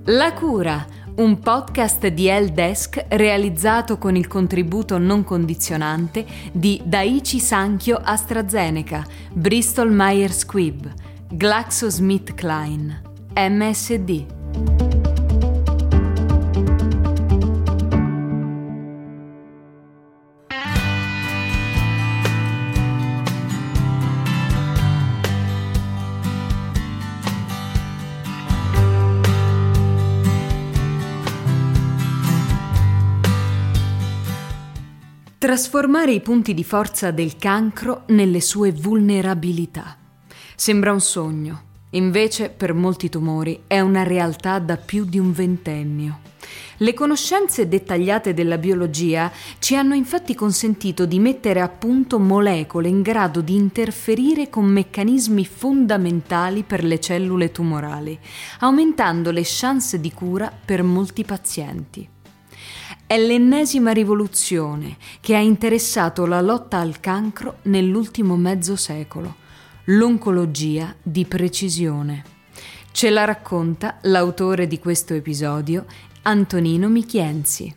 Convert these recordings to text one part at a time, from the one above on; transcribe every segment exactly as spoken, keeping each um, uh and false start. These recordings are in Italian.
La cura, un podcast di Helpdesk realizzato con il contributo non condizionante di Daiichi Sankyo AstraZeneca, Bristol Myers Squibb, GlaxoSmithKline, M S D. Trasformare i punti di forza del cancro nelle sue vulnerabilità. Sembra un sogno, invece per molti tumori è una realtà da più di un ventennio. Le conoscenze dettagliate della biologia ci hanno infatti consentito di mettere a punto molecole in grado di interferire con meccanismi fondamentali per le cellule tumorali, aumentando le chance di cura per molti pazienti. È l'ennesima rivoluzione che ha interessato la lotta al cancro nell'ultimo mezzo secolo, l'oncologia di precisione. Ce la racconta l'autore di questo episodio, Antonino Michienzi.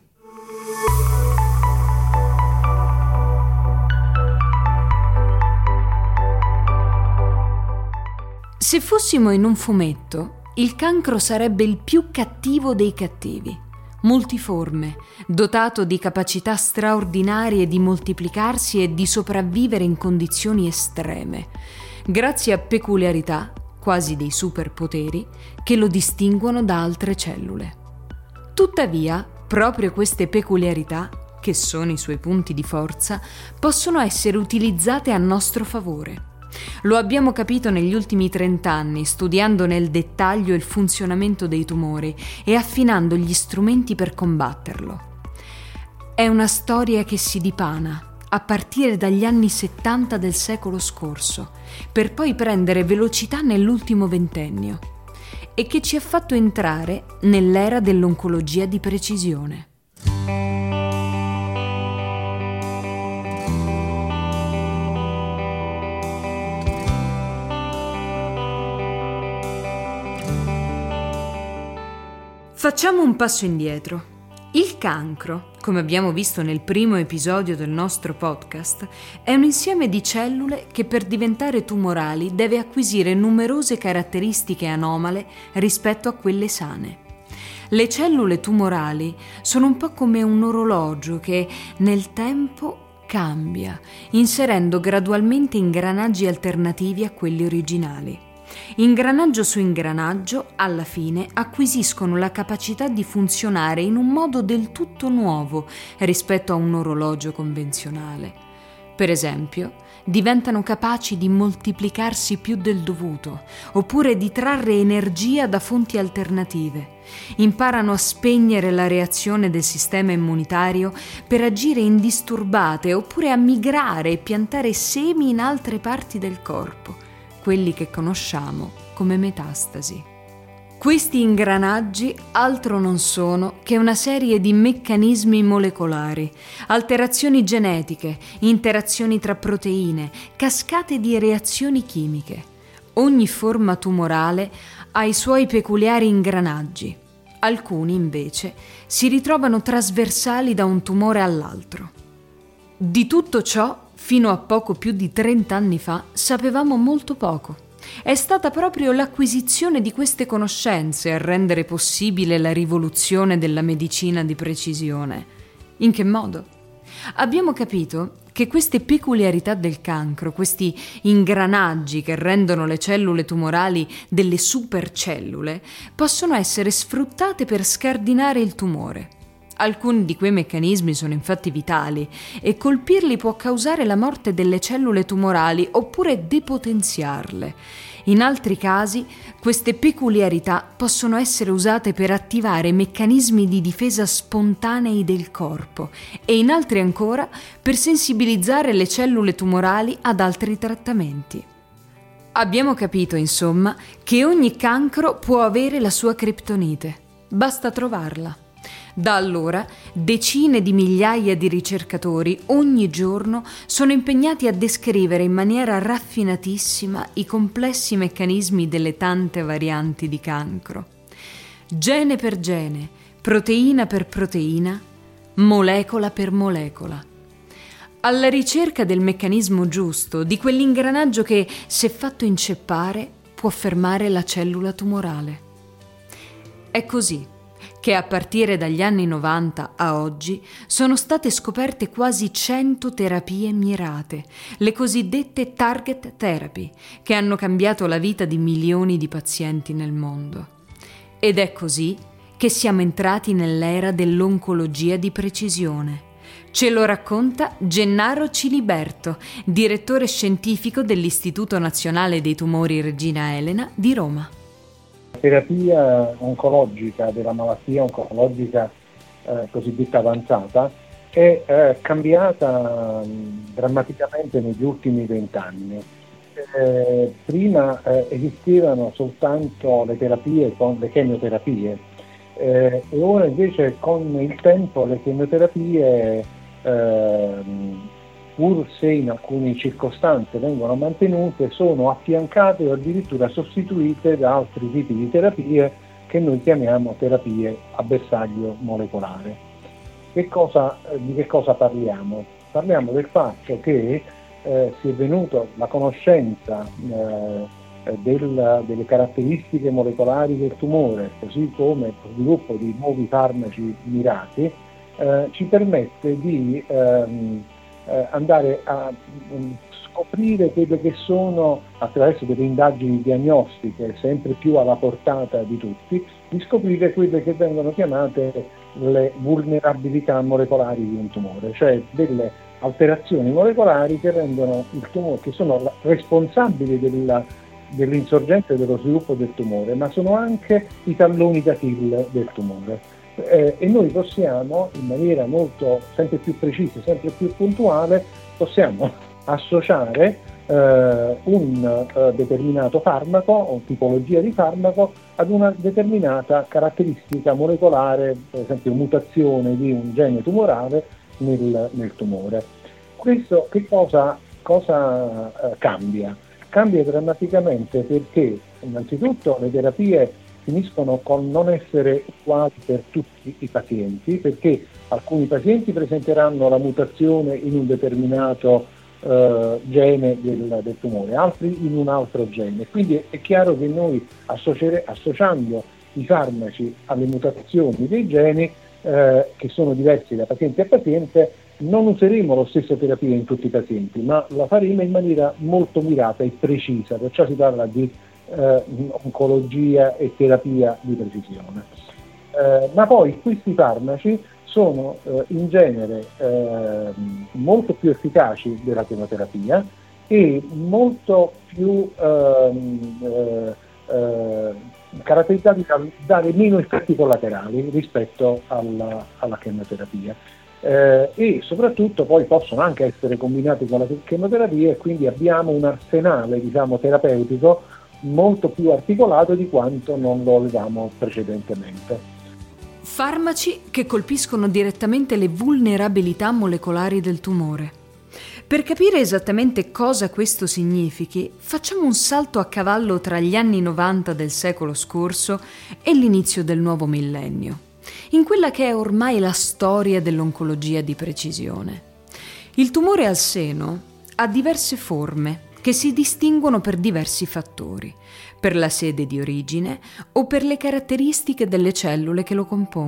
Se fossimo in un fumetto, il cancro sarebbe il più cattivo dei cattivi. Multiforme, dotato di capacità straordinarie di moltiplicarsi e di sopravvivere in condizioni estreme, grazie a peculiarità, quasi dei superpoteri, che lo distinguono da altre cellule. Tuttavia, proprio queste peculiarità, che sono i suoi punti di forza, possono essere utilizzate a nostro favore. Lo abbiamo capito negli ultimi trent'anni, studiando nel dettaglio il funzionamento dei tumori e affinando gli strumenti per combatterlo. È una storia che si dipana a partire dagli anni settanta del secolo scorso, per poi prendere velocità nell'ultimo ventennio, e che ci ha fatto entrare nell'era dell'oncologia di precisione. Facciamo un passo indietro. Il cancro, come abbiamo visto nel primo episodio del nostro podcast, è un insieme di cellule che per diventare tumorali deve acquisire numerose caratteristiche anomale rispetto a quelle sane. Le cellule tumorali sono un po' come un orologio che nel tempo cambia, inserendo gradualmente ingranaggi alternativi a quelli originali. Ingranaggio su ingranaggio, alla fine, acquisiscono la capacità di funzionare in un modo del tutto nuovo rispetto a un orologio convenzionale. Per esempio, diventano capaci di moltiplicarsi più del dovuto, oppure di trarre energia da fonti alternative. Imparano a spegnere la reazione del sistema immunitario per agire indisturbate, oppure a migrare e piantare semi in altre parti del corpo, quelli che conosciamo come metastasi. Questi ingranaggi altro non sono che una serie di meccanismi molecolari, alterazioni genetiche, interazioni tra proteine, cascate di reazioni chimiche. Ogni forma tumorale ha i suoi peculiari ingranaggi. Alcuni, invece, si ritrovano trasversali da un tumore all'altro. Di tutto ciò, fino a poco più di trenta anni fa, sapevamo molto poco. È stata proprio l'acquisizione di queste conoscenze a rendere possibile la rivoluzione della medicina di precisione. In che modo? Abbiamo capito che queste peculiarità del cancro, questi ingranaggi che rendono le cellule tumorali delle supercellule, possono essere sfruttate per scardinare il tumore. Alcuni di quei meccanismi sono infatti vitali e colpirli può causare la morte delle cellule tumorali oppure depotenziarle. In altri casi, queste peculiarità possono essere usate per attivare meccanismi di difesa spontanei del corpo e in altri ancora per sensibilizzare le cellule tumorali ad altri trattamenti. Abbiamo capito, insomma, che ogni cancro può avere la sua criptonite. Basta trovarla. Da allora, decine di migliaia di ricercatori ogni giorno sono impegnati a descrivere in maniera raffinatissima i complessi meccanismi delle tante varianti di cancro. gene per gene, proteina per proteina, molecola per molecola, alla ricerca del meccanismo giusto, di quell'ingranaggio che, se fatto inceppare, può fermare la cellula tumorale. È così che a partire dagli anni novanta a oggi sono state scoperte quasi cento terapie mirate, le cosiddette target therapy, che hanno cambiato la vita di milioni di pazienti nel mondo. Ed è così che siamo entrati nell'era dell'oncologia di precisione. Ce lo racconta Gennaro Ciliberto, direttore scientifico dell'Istituto Nazionale dei Tumori Regina Elena di Roma. La terapia oncologica della malattia oncologica eh, cosiddetta avanzata è eh, cambiata mh, drammaticamente negli ultimi vent'anni. Eh, prima eh, esistevano soltanto le terapie con le chemioterapie eh, e ora invece con il tempo le chemioterapie, eh, pur se in alcune circostanze vengono mantenute, sono affiancate o addirittura sostituite da altri tipi di terapie che noi chiamiamo terapie a bersaglio molecolare. Che cosa, di che cosa parliamo? Parliamo del fatto che eh, si è venuta la conoscenza eh, del, delle caratteristiche molecolari del tumore, così come il sviluppo di nuovi farmaci mirati, eh, ci permette di ehm, Eh, andare a um, scoprire quelle che sono, attraverso delle indagini diagnostiche sempre più alla portata di tutti, di scoprire quelle che vengono chiamate le vulnerabilità molecolari di un tumore, cioè delle alterazioni molecolari che rendono il tumore, che sono responsabili della, dell'insorgenza e dello sviluppo del tumore, ma sono anche i talloni d'Achille del tumore. Eh, e noi possiamo, in maniera molto sempre più precisa, sempre più puntuale, possiamo associare eh, un eh, determinato farmaco o tipologia di farmaco ad una determinata caratteristica molecolare, per esempio mutazione di un gene tumorale nel, nel tumore. Questo che cosa, cosa eh, cambia? Cambia drammaticamente perché innanzitutto le terapie finiscono con non essere uguali per tutti i pazienti, perché alcuni pazienti presenteranno la mutazione in un determinato eh, gene del, del tumore, altri in un altro gene. Quindi è, è chiaro che noi associere, associando i farmaci alle mutazioni dei geni, eh, che sono diversi da paziente a paziente, non useremo la stessa terapia in tutti i pazienti, ma la faremo in maniera molto mirata e precisa, perciò si parla di Eh, oncologia e terapia di precisione. Eh, ma poi questi farmaci sono eh, in genere eh, molto più efficaci della chemoterapia e molto più ehm, eh, eh, caratterizzati da dare meno effetti collaterali rispetto alla, alla chemoterapia. Eh, e soprattutto poi possono anche essere combinati con la chemoterapia e quindi abbiamo un arsenale, diciamo, terapeutico molto più articolato di quanto non lo avevamo precedentemente. Farmaci che colpiscono direttamente le vulnerabilità molecolari del tumore. Per capire esattamente cosa questo significhi, facciamo un salto a cavallo tra gli anni novanta del secolo scorso e l'inizio del nuovo millennio, in quella che è ormai la storia dell'oncologia di precisione. Il tumore al seno ha diverse forme che si distinguono per diversi fattori, per la sede di origine o per le caratteristiche delle cellule che lo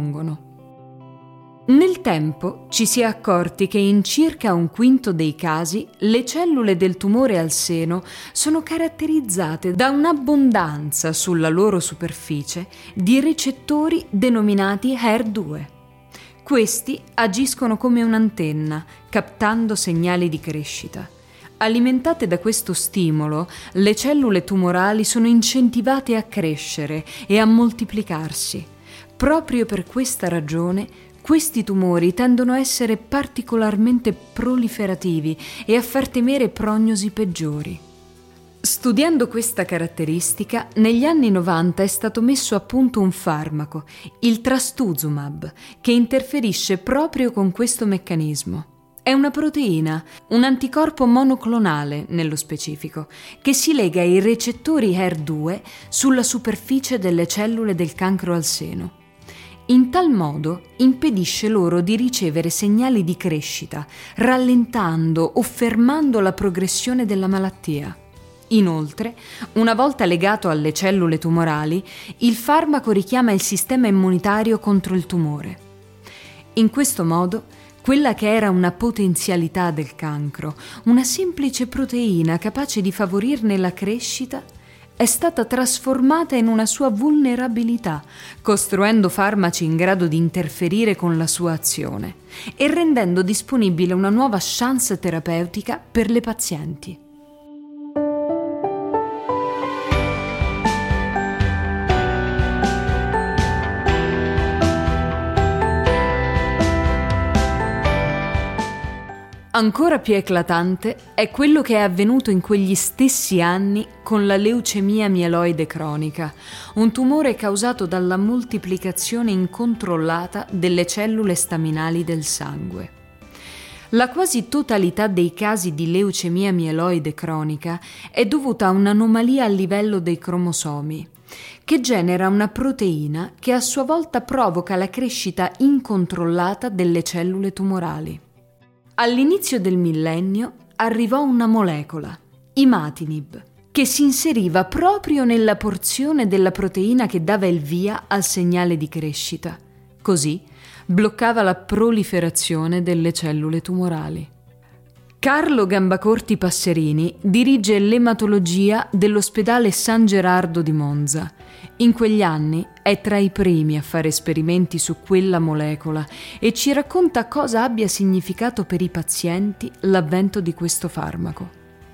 compongono. Nel tempo ci si è accorti che in circa un quinto dei casi le cellule del tumore al seno sono caratterizzate da un'abbondanza sulla loro superficie di recettori denominati H E R due. Questi agiscono come un'antenna, captando segnali di crescita. Alimentate da questo stimolo, le cellule tumorali sono incentivate a crescere e a moltiplicarsi. Proprio per questa ragione, questi tumori tendono a essere particolarmente proliferativi e a far temere prognosi peggiori. Studiando questa caratteristica, negli anni novanta è stato messo a punto un farmaco, il trastuzumab, che interferisce proprio con questo meccanismo. È una proteina, un anticorpo monoclonale nello specifico, che si lega ai recettori E R due sulla superficie delle cellule del cancro al seno. In tal modo impedisce loro di ricevere segnali di crescita, rallentando o fermando la progressione della malattia. Inoltre, una volta legato alle cellule tumorali, il farmaco richiama il sistema immunitario contro il tumore. In questo modo, quella che era una potenzialità del cancro, una semplice proteina capace di favorirne la crescita, è stata trasformata in una sua vulnerabilità, costruendo farmaci in grado di interferire con la sua azione e rendendo disponibile una nuova chance terapeutica per le pazienti. Ancora più eclatante è quello che è avvenuto in quegli stessi anni con la leucemia mieloide cronica, un tumore causato dalla moltiplicazione incontrollata delle cellule staminali del sangue. La quasi totalità dei casi di leucemia mieloide cronica è dovuta a un'anomalia a livello dei cromosomi, che genera una proteina che a sua volta provoca la crescita incontrollata delle cellule tumorali. All'inizio del millennio arrivò una molecola, imatinib, che si inseriva proprio nella porzione della proteina che dava il via al segnale di crescita. Così bloccava la proliferazione delle cellule tumorali. Carlo Gambacorti Passerini dirige l'ematologia dell'ospedale San Gerardo di Monza. In quegli anni è tra i primi a fare esperimenti su quella molecola e ci racconta cosa abbia significato per i pazienti l'avvento di questo farmaco.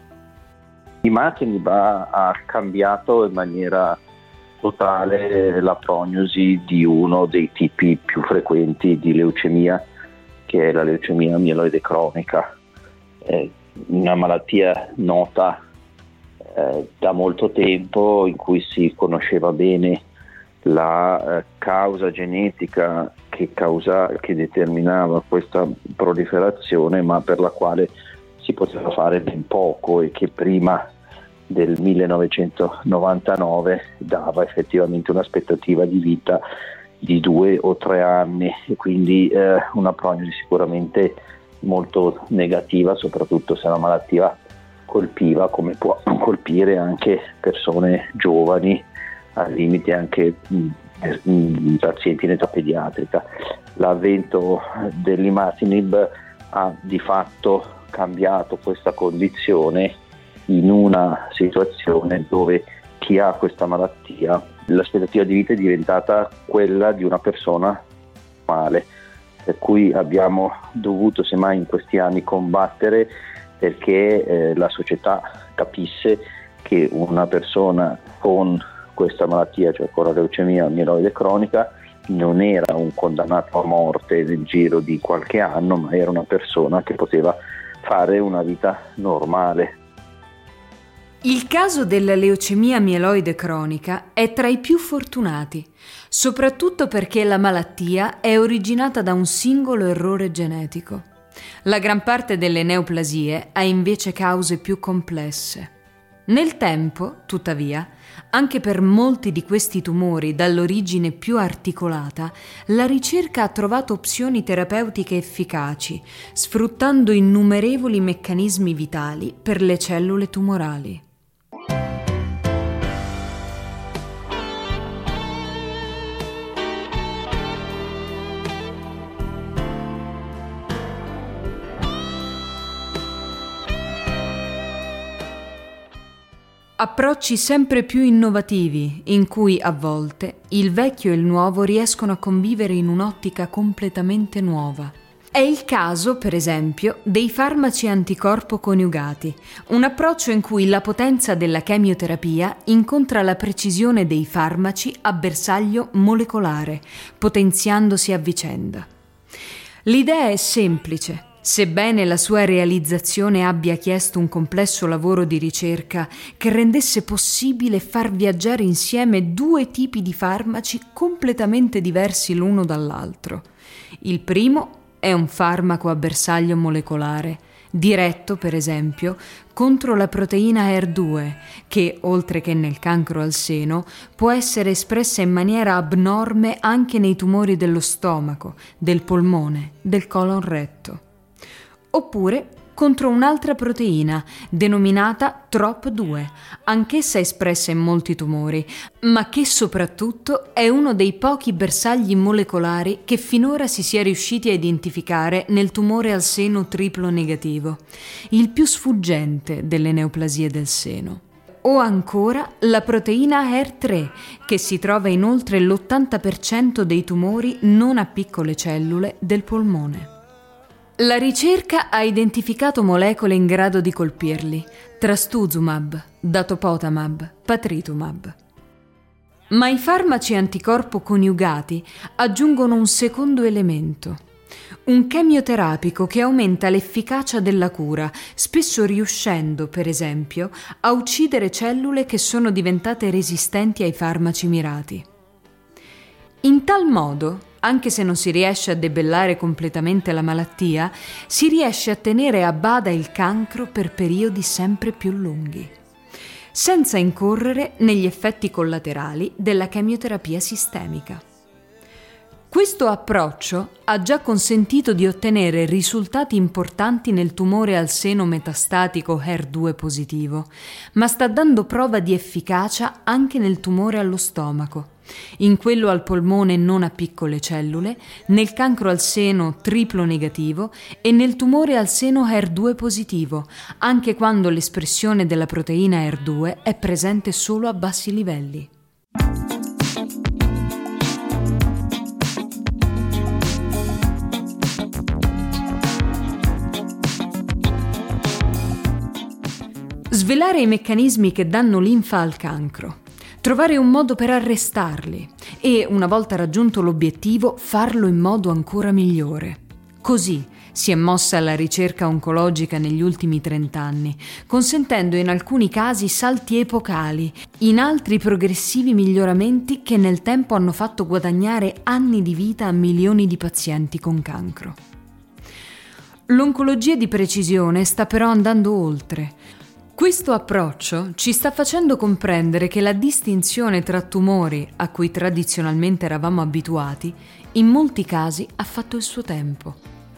Imatinib ha, ha cambiato in maniera totale la prognosi di uno dei tipi più frequenti di leucemia, che è la leucemia mieloide cronica. È una malattia nota eh, da molto tempo, in cui si conosceva bene la eh, causa genetica che, causa, che determinava questa proliferazione, ma per la quale si poteva fare ben poco e che prima del millenovecentonovantanove dava effettivamente un'aspettativa di vita di due o tre anni e quindi eh, una prognosi sicuramente molto negativa, soprattutto se la malattia colpiva, come può colpire anche persone giovani, al limite anche mh, mh, pazienti in età pediatrica. L'avvento dell'imatinib ha di fatto cambiato questa condizione in una situazione dove chi ha questa malattia, l'aspettativa di vita è diventata quella di una persona normale, per cui abbiamo dovuto semmai in questi anni combattere perché eh, la società capisse che una persona con questa malattia, cioè con la leucemia mieloide cronica, non era un condannato a morte nel giro di qualche anno, ma era una persona che poteva fare una vita normale. Il caso della leucemia mieloide cronica è tra i più fortunati, soprattutto perché la malattia è originata da un singolo errore genetico. La gran parte delle neoplasie ha invece cause più complesse. Nel tempo, tuttavia, anche per molti di questi tumori dall'origine più articolata, la ricerca ha trovato opzioni terapeutiche efficaci, sfruttando innumerevoli meccanismi vitali per le cellule tumorali. Approcci sempre più innovativi, in cui a volte il vecchio e il nuovo riescono a convivere in un'ottica completamente nuova. È il caso, per esempio, dei farmaci anticorpo coniugati, un approccio in cui la potenza della chemioterapia incontra la precisione dei farmaci a bersaglio molecolare, potenziandosi a vicenda. L'idea è semplice. Sebbene la sua realizzazione abbia chiesto un complesso lavoro di ricerca che rendesse possibile far viaggiare insieme due tipi di farmaci completamente diversi l'uno dall'altro. Il primo è un farmaco a bersaglio molecolare, diretto, per esempio, contro la proteina E R due, che, oltre che nel cancro al seno, può essere espressa in maniera abnorme anche nei tumori dello stomaco, del polmone, del colon retto. Oppure contro un'altra proteina, denominata T R O P due, anch'essa espressa in molti tumori, ma che soprattutto è uno dei pochi bersagli molecolari che finora si sia riusciti a identificare nel tumore al seno triplo negativo, il più sfuggente delle neoplasie del seno. O ancora la proteina E R tre, che si trova in oltre l'ottanta per cento dei tumori non a piccole cellule del polmone. La ricerca ha identificato molecole in grado di colpirli: trastuzumab, datopotamab, patritumab. Ma i farmaci anticorpo coniugati aggiungono un secondo elemento, un chemioterapico che aumenta l'efficacia della cura, spesso riuscendo, per esempio, a uccidere cellule che sono diventate resistenti ai farmaci mirati. In tal modo, anche se non si riesce a debellare completamente la malattia, si riesce a tenere a bada il cancro per periodi sempre più lunghi, senza incorrere negli effetti collaterali della chemioterapia sistemica. Questo approccio ha già consentito di ottenere risultati importanti nel tumore al seno metastatico E R due positivo, ma sta dando prova di efficacia anche nel tumore allo stomaco, in quello al polmone non a piccole cellule, nel cancro al seno triplo negativo e nel tumore al seno E R due positivo, anche quando l'espressione della proteina E R due è presente solo a bassi livelli. Svelare i meccanismi che danno linfa al cancro, trovare un modo per arrestarli e, una volta raggiunto l'obiettivo, farlo in modo ancora migliore. Così si è mossa la ricerca oncologica negli ultimi trent'anni, consentendo in alcuni casi salti epocali, in altri progressivi miglioramenti che nel tempo hanno fatto guadagnare anni di vita a milioni di pazienti con cancro. L'oncologia di precisione sta però andando oltre. Questo approccio ci sta facendo comprendere che la distinzione tra tumori a cui tradizionalmente eravamo abituati, in molti casi ha fatto il suo tempo.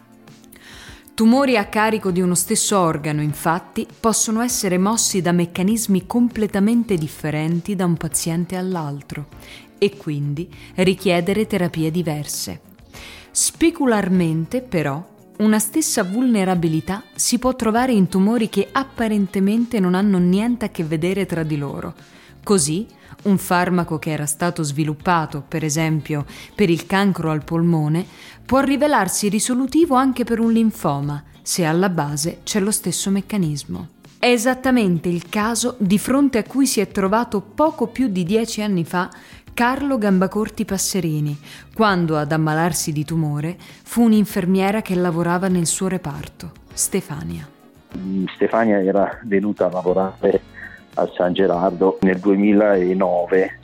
Tumori a carico di uno stesso organo, infatti, possono essere mossi da meccanismi completamente differenti da un paziente all'altro e quindi richiedere terapie diverse. Specularmente, però, una stessa vulnerabilità si può trovare in tumori che apparentemente non hanno niente a che vedere tra di loro. Così, un farmaco che era stato sviluppato, per esempio, per il cancro al polmone, può rivelarsi risolutivo anche per un linfoma, se alla base c'è lo stesso meccanismo. È esattamente il caso di fronte a cui si è trovato poco più di dieci anni fa Carlo Gambacorti Passerini, quando ad ammalarsi di tumore fu un'infermiera che lavorava nel suo reparto, Stefania. Stefania era venuta a lavorare al San Gerardo nel duemilanove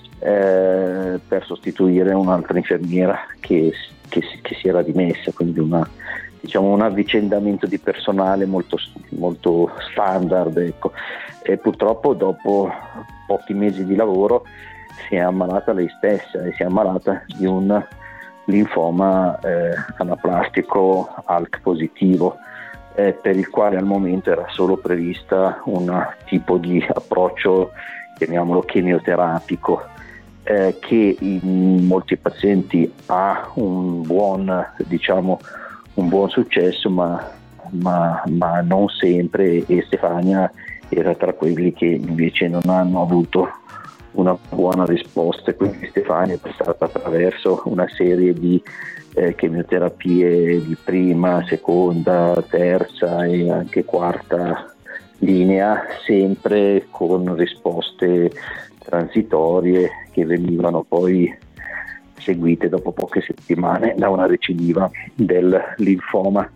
eh, per sostituire un'altra infermiera che, che, che si era dimessa, quindi una, diciamo, un avvicendamento di personale molto, molto standard, ecco. E purtroppo dopo pochi mesi di lavoro si è ammalata lei stessa e si è ammalata di un linfoma eh, anaplastico A L K positivo, eh, per il quale al momento era solo prevista un tipo di approccio, chiamiamolo chemioterapico, eh, che in molti pazienti ha un buon, diciamo, un buon successo, ma, ma, ma non sempre, e Stefania era tra quelli che invece non hanno avuto una buona risposta. Quindi Stefania è passata attraverso una serie di eh, chemioterapie di prima, seconda, terza e anche quarta linea, sempre con risposte transitorie che venivano poi seguite dopo poche settimane da una recidiva del linfoma.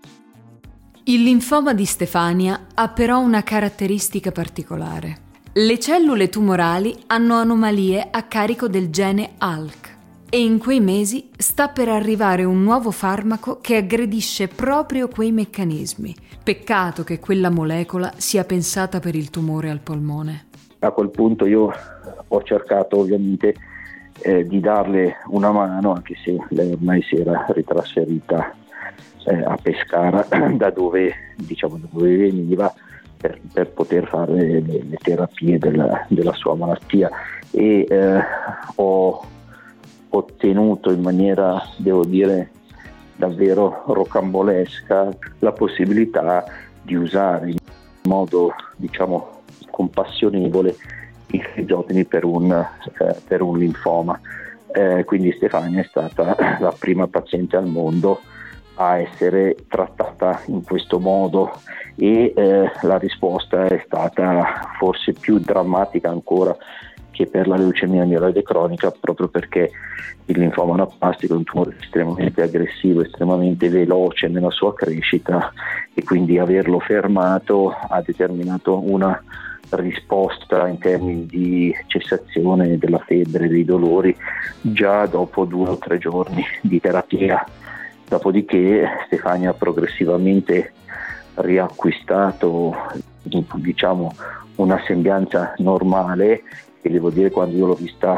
Il linfoma di Stefania ha però una caratteristica particolare. Le cellule tumorali hanno anomalie a carico del gene A L K. E in quei mesi sta per arrivare un nuovo farmaco che aggredisce proprio quei meccanismi. Peccato che quella molecola sia pensata per il tumore al polmone. A quel punto io ho cercato ovviamente eh, di darle una mano, anche se lei ormai si era ritrasferita eh, a Pescara, da dove, diciamo, da dove veniva, per, per poter fare le, le terapie della, della sua malattia, e eh, ho ottenuto in maniera, devo dire, davvero rocambolesca la possibilità di usare in modo, diciamo, compassionevole i fezotini per un, eh, per un linfoma. Eh, quindi Stefania è stata la prima paziente al mondo a essere trattata in questo modo, e eh, la risposta è stata forse più drammatica ancora che per la leucemia mieloide cronica, proprio perché il linfoma anaplastico è un tumore estremamente aggressivo, estremamente veloce nella sua crescita, e quindi averlo fermato ha determinato una risposta in termini di cessazione della febbre, dei dolori, già dopo due o tre giorni di terapia. Dopodiché Stefania ha progressivamente riacquistato, diciamo, una sembianza normale, e devo dire, quando io l'ho vista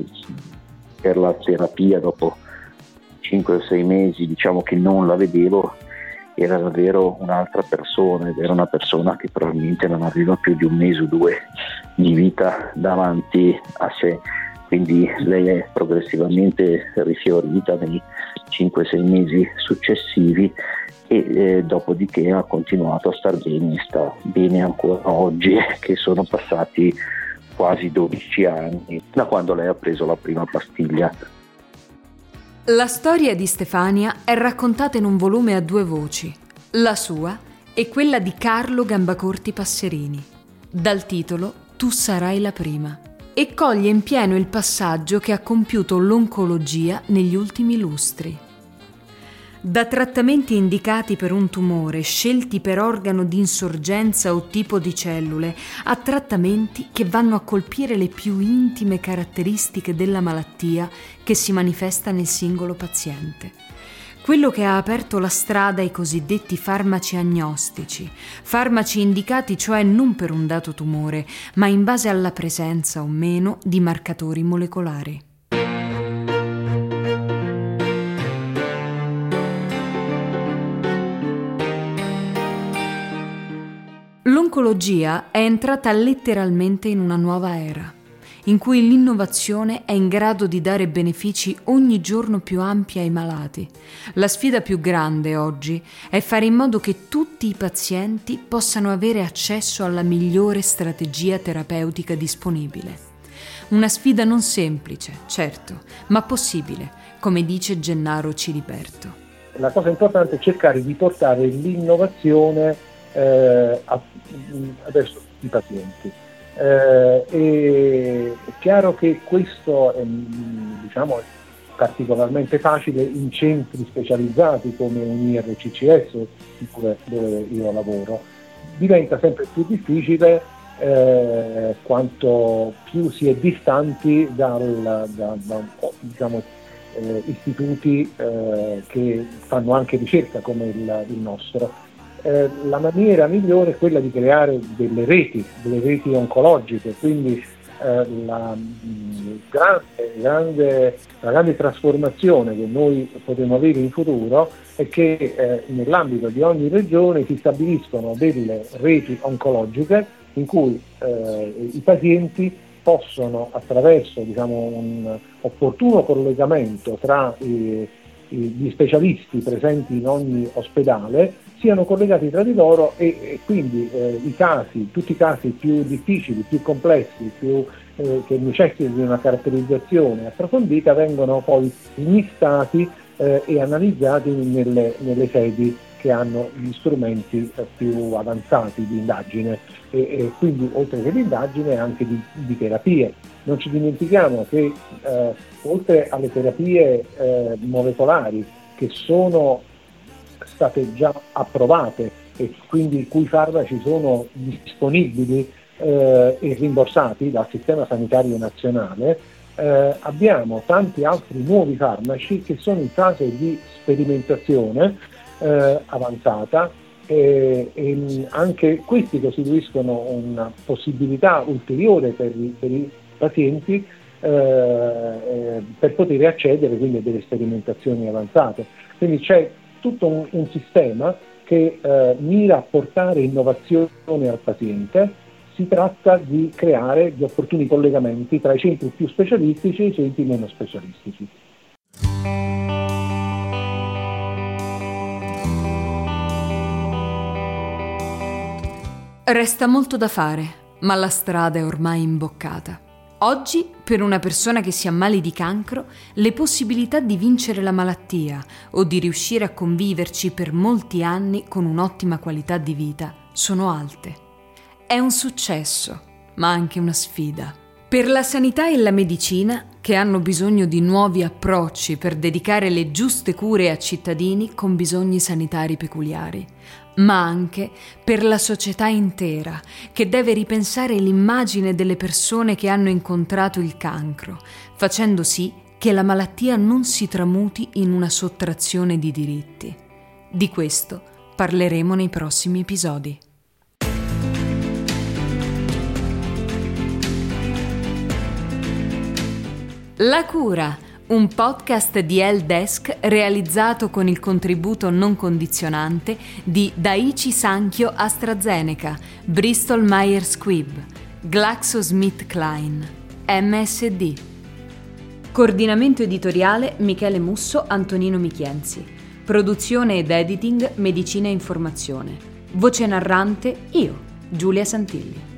per la terapia dopo cinque o sei mesi, diciamo che non la vedevo, era davvero un'altra persona, ed era una persona che probabilmente non aveva più di un mese o due di vita davanti a sé. Quindi lei è progressivamente rifiorita nei cinque sei mesi successivi, e eh, dopodiché ha continuato a star bene, e sta bene ancora oggi, che sono passati quasi dodici anni da quando lei ha preso la prima pastiglia. La storia di Stefania è raccontata in un volume a due voci, la sua e quella di Carlo Gambacorti Passerini, dal titolo Tu sarai la prima, e coglie in pieno il passaggio che ha compiuto l'oncologia negli ultimi lustri. Da trattamenti indicati per un tumore scelti per organo di insorgenza o tipo di cellule, a trattamenti che vanno a colpire le più intime caratteristiche della malattia che si manifesta nel singolo paziente. Quello che ha aperto la strada ai cosiddetti farmaci agnostici, farmaci indicati cioè non per un dato tumore, ma in base alla presenza o meno di marcatori molecolari. L'oncologia è entrata letteralmente in una nuova era, in cui l'innovazione è in grado di dare benefici ogni giorno più ampi ai malati. La sfida più grande oggi è fare in modo che tutti i pazienti possano avere accesso alla migliore strategia terapeutica disponibile. Una sfida non semplice, certo, ma possibile, come dice Gennaro Ciliberto. La cosa importante è cercare di portare l'innovazione eh, a, verso i pazienti. Eh, è chiaro che questo è, diciamo, particolarmente facile in centri specializzati come un I R C C S, dove, dove io lavoro. Diventa sempre più difficile eh, quanto più si è distanti dal, da, da diciamo, eh, istituti eh, che fanno anche ricerca come il, il nostro. Eh, la maniera migliore è quella di creare delle reti, delle reti oncologiche, quindi eh, la, mh, grande, grande, la grande trasformazione che noi potremo avere in futuro è che eh, nell'ambito di ogni regione si stabiliscono delle reti oncologiche in cui eh, i pazienti possono, attraverso, diciamo, un opportuno collegamento tra i, gli specialisti presenti in ogni ospedale, siano collegati tra di loro, e, e quindi eh, i casi, tutti i casi più difficili, più complessi, più, eh, che necessitano di una caratterizzazione approfondita, vengono poi smistati eh, e analizzati nelle, nelle sedi che hanno gli strumenti eh, più avanzati di indagine, e, e quindi oltre che di indagine anche di, di terapie. Non ci dimentichiamo che eh, oltre alle terapie eh, molecolari che sono state già approvate e quindi i cui farmaci sono disponibili eh, e rimborsati dal sistema sanitario nazionale, eh, abbiamo tanti altri nuovi farmaci che sono in fase di sperimentazione eh, avanzata e, e anche questi costituiscono una possibilità ulteriore per i, per i pazienti eh, eh, per poter accedere quindi a delle sperimentazioni avanzate. Quindi c'è tutto un, un sistema che eh, mira a portare innovazione al paziente. Si tratta di creare gli opportuni collegamenti tra i centri più specialistici e i centri meno specialistici. Resta molto da fare, ma la strada è ormai imboccata. Oggi, per una persona che si ammali di cancro, le possibilità di vincere la malattia o di riuscire a conviverci per molti anni con un'ottima qualità di vita sono alte. È un successo, ma anche una sfida. Per la sanità e la medicina, che hanno bisogno di nuovi approcci per dedicare le giuste cure a cittadini con bisogni sanitari peculiari, ma anche per la società intera, che deve ripensare l'immagine delle persone che hanno incontrato il cancro, facendo sì che la malattia non si tramuti in una sottrazione di diritti. Di questo parleremo nei prossimi episodi. La cura, un podcast di Helpdesk realizzato con il contributo non condizionante di Daiichi Sankyo AstraZeneca, Bristol Myers Squibb, GlaxoSmithKline, M S D. Coordinamento editoriale Michele Musso, Antonino Michienzi. Produzione ed editing Medicina e Informazione. Voce narrante io, Giulia Santilli.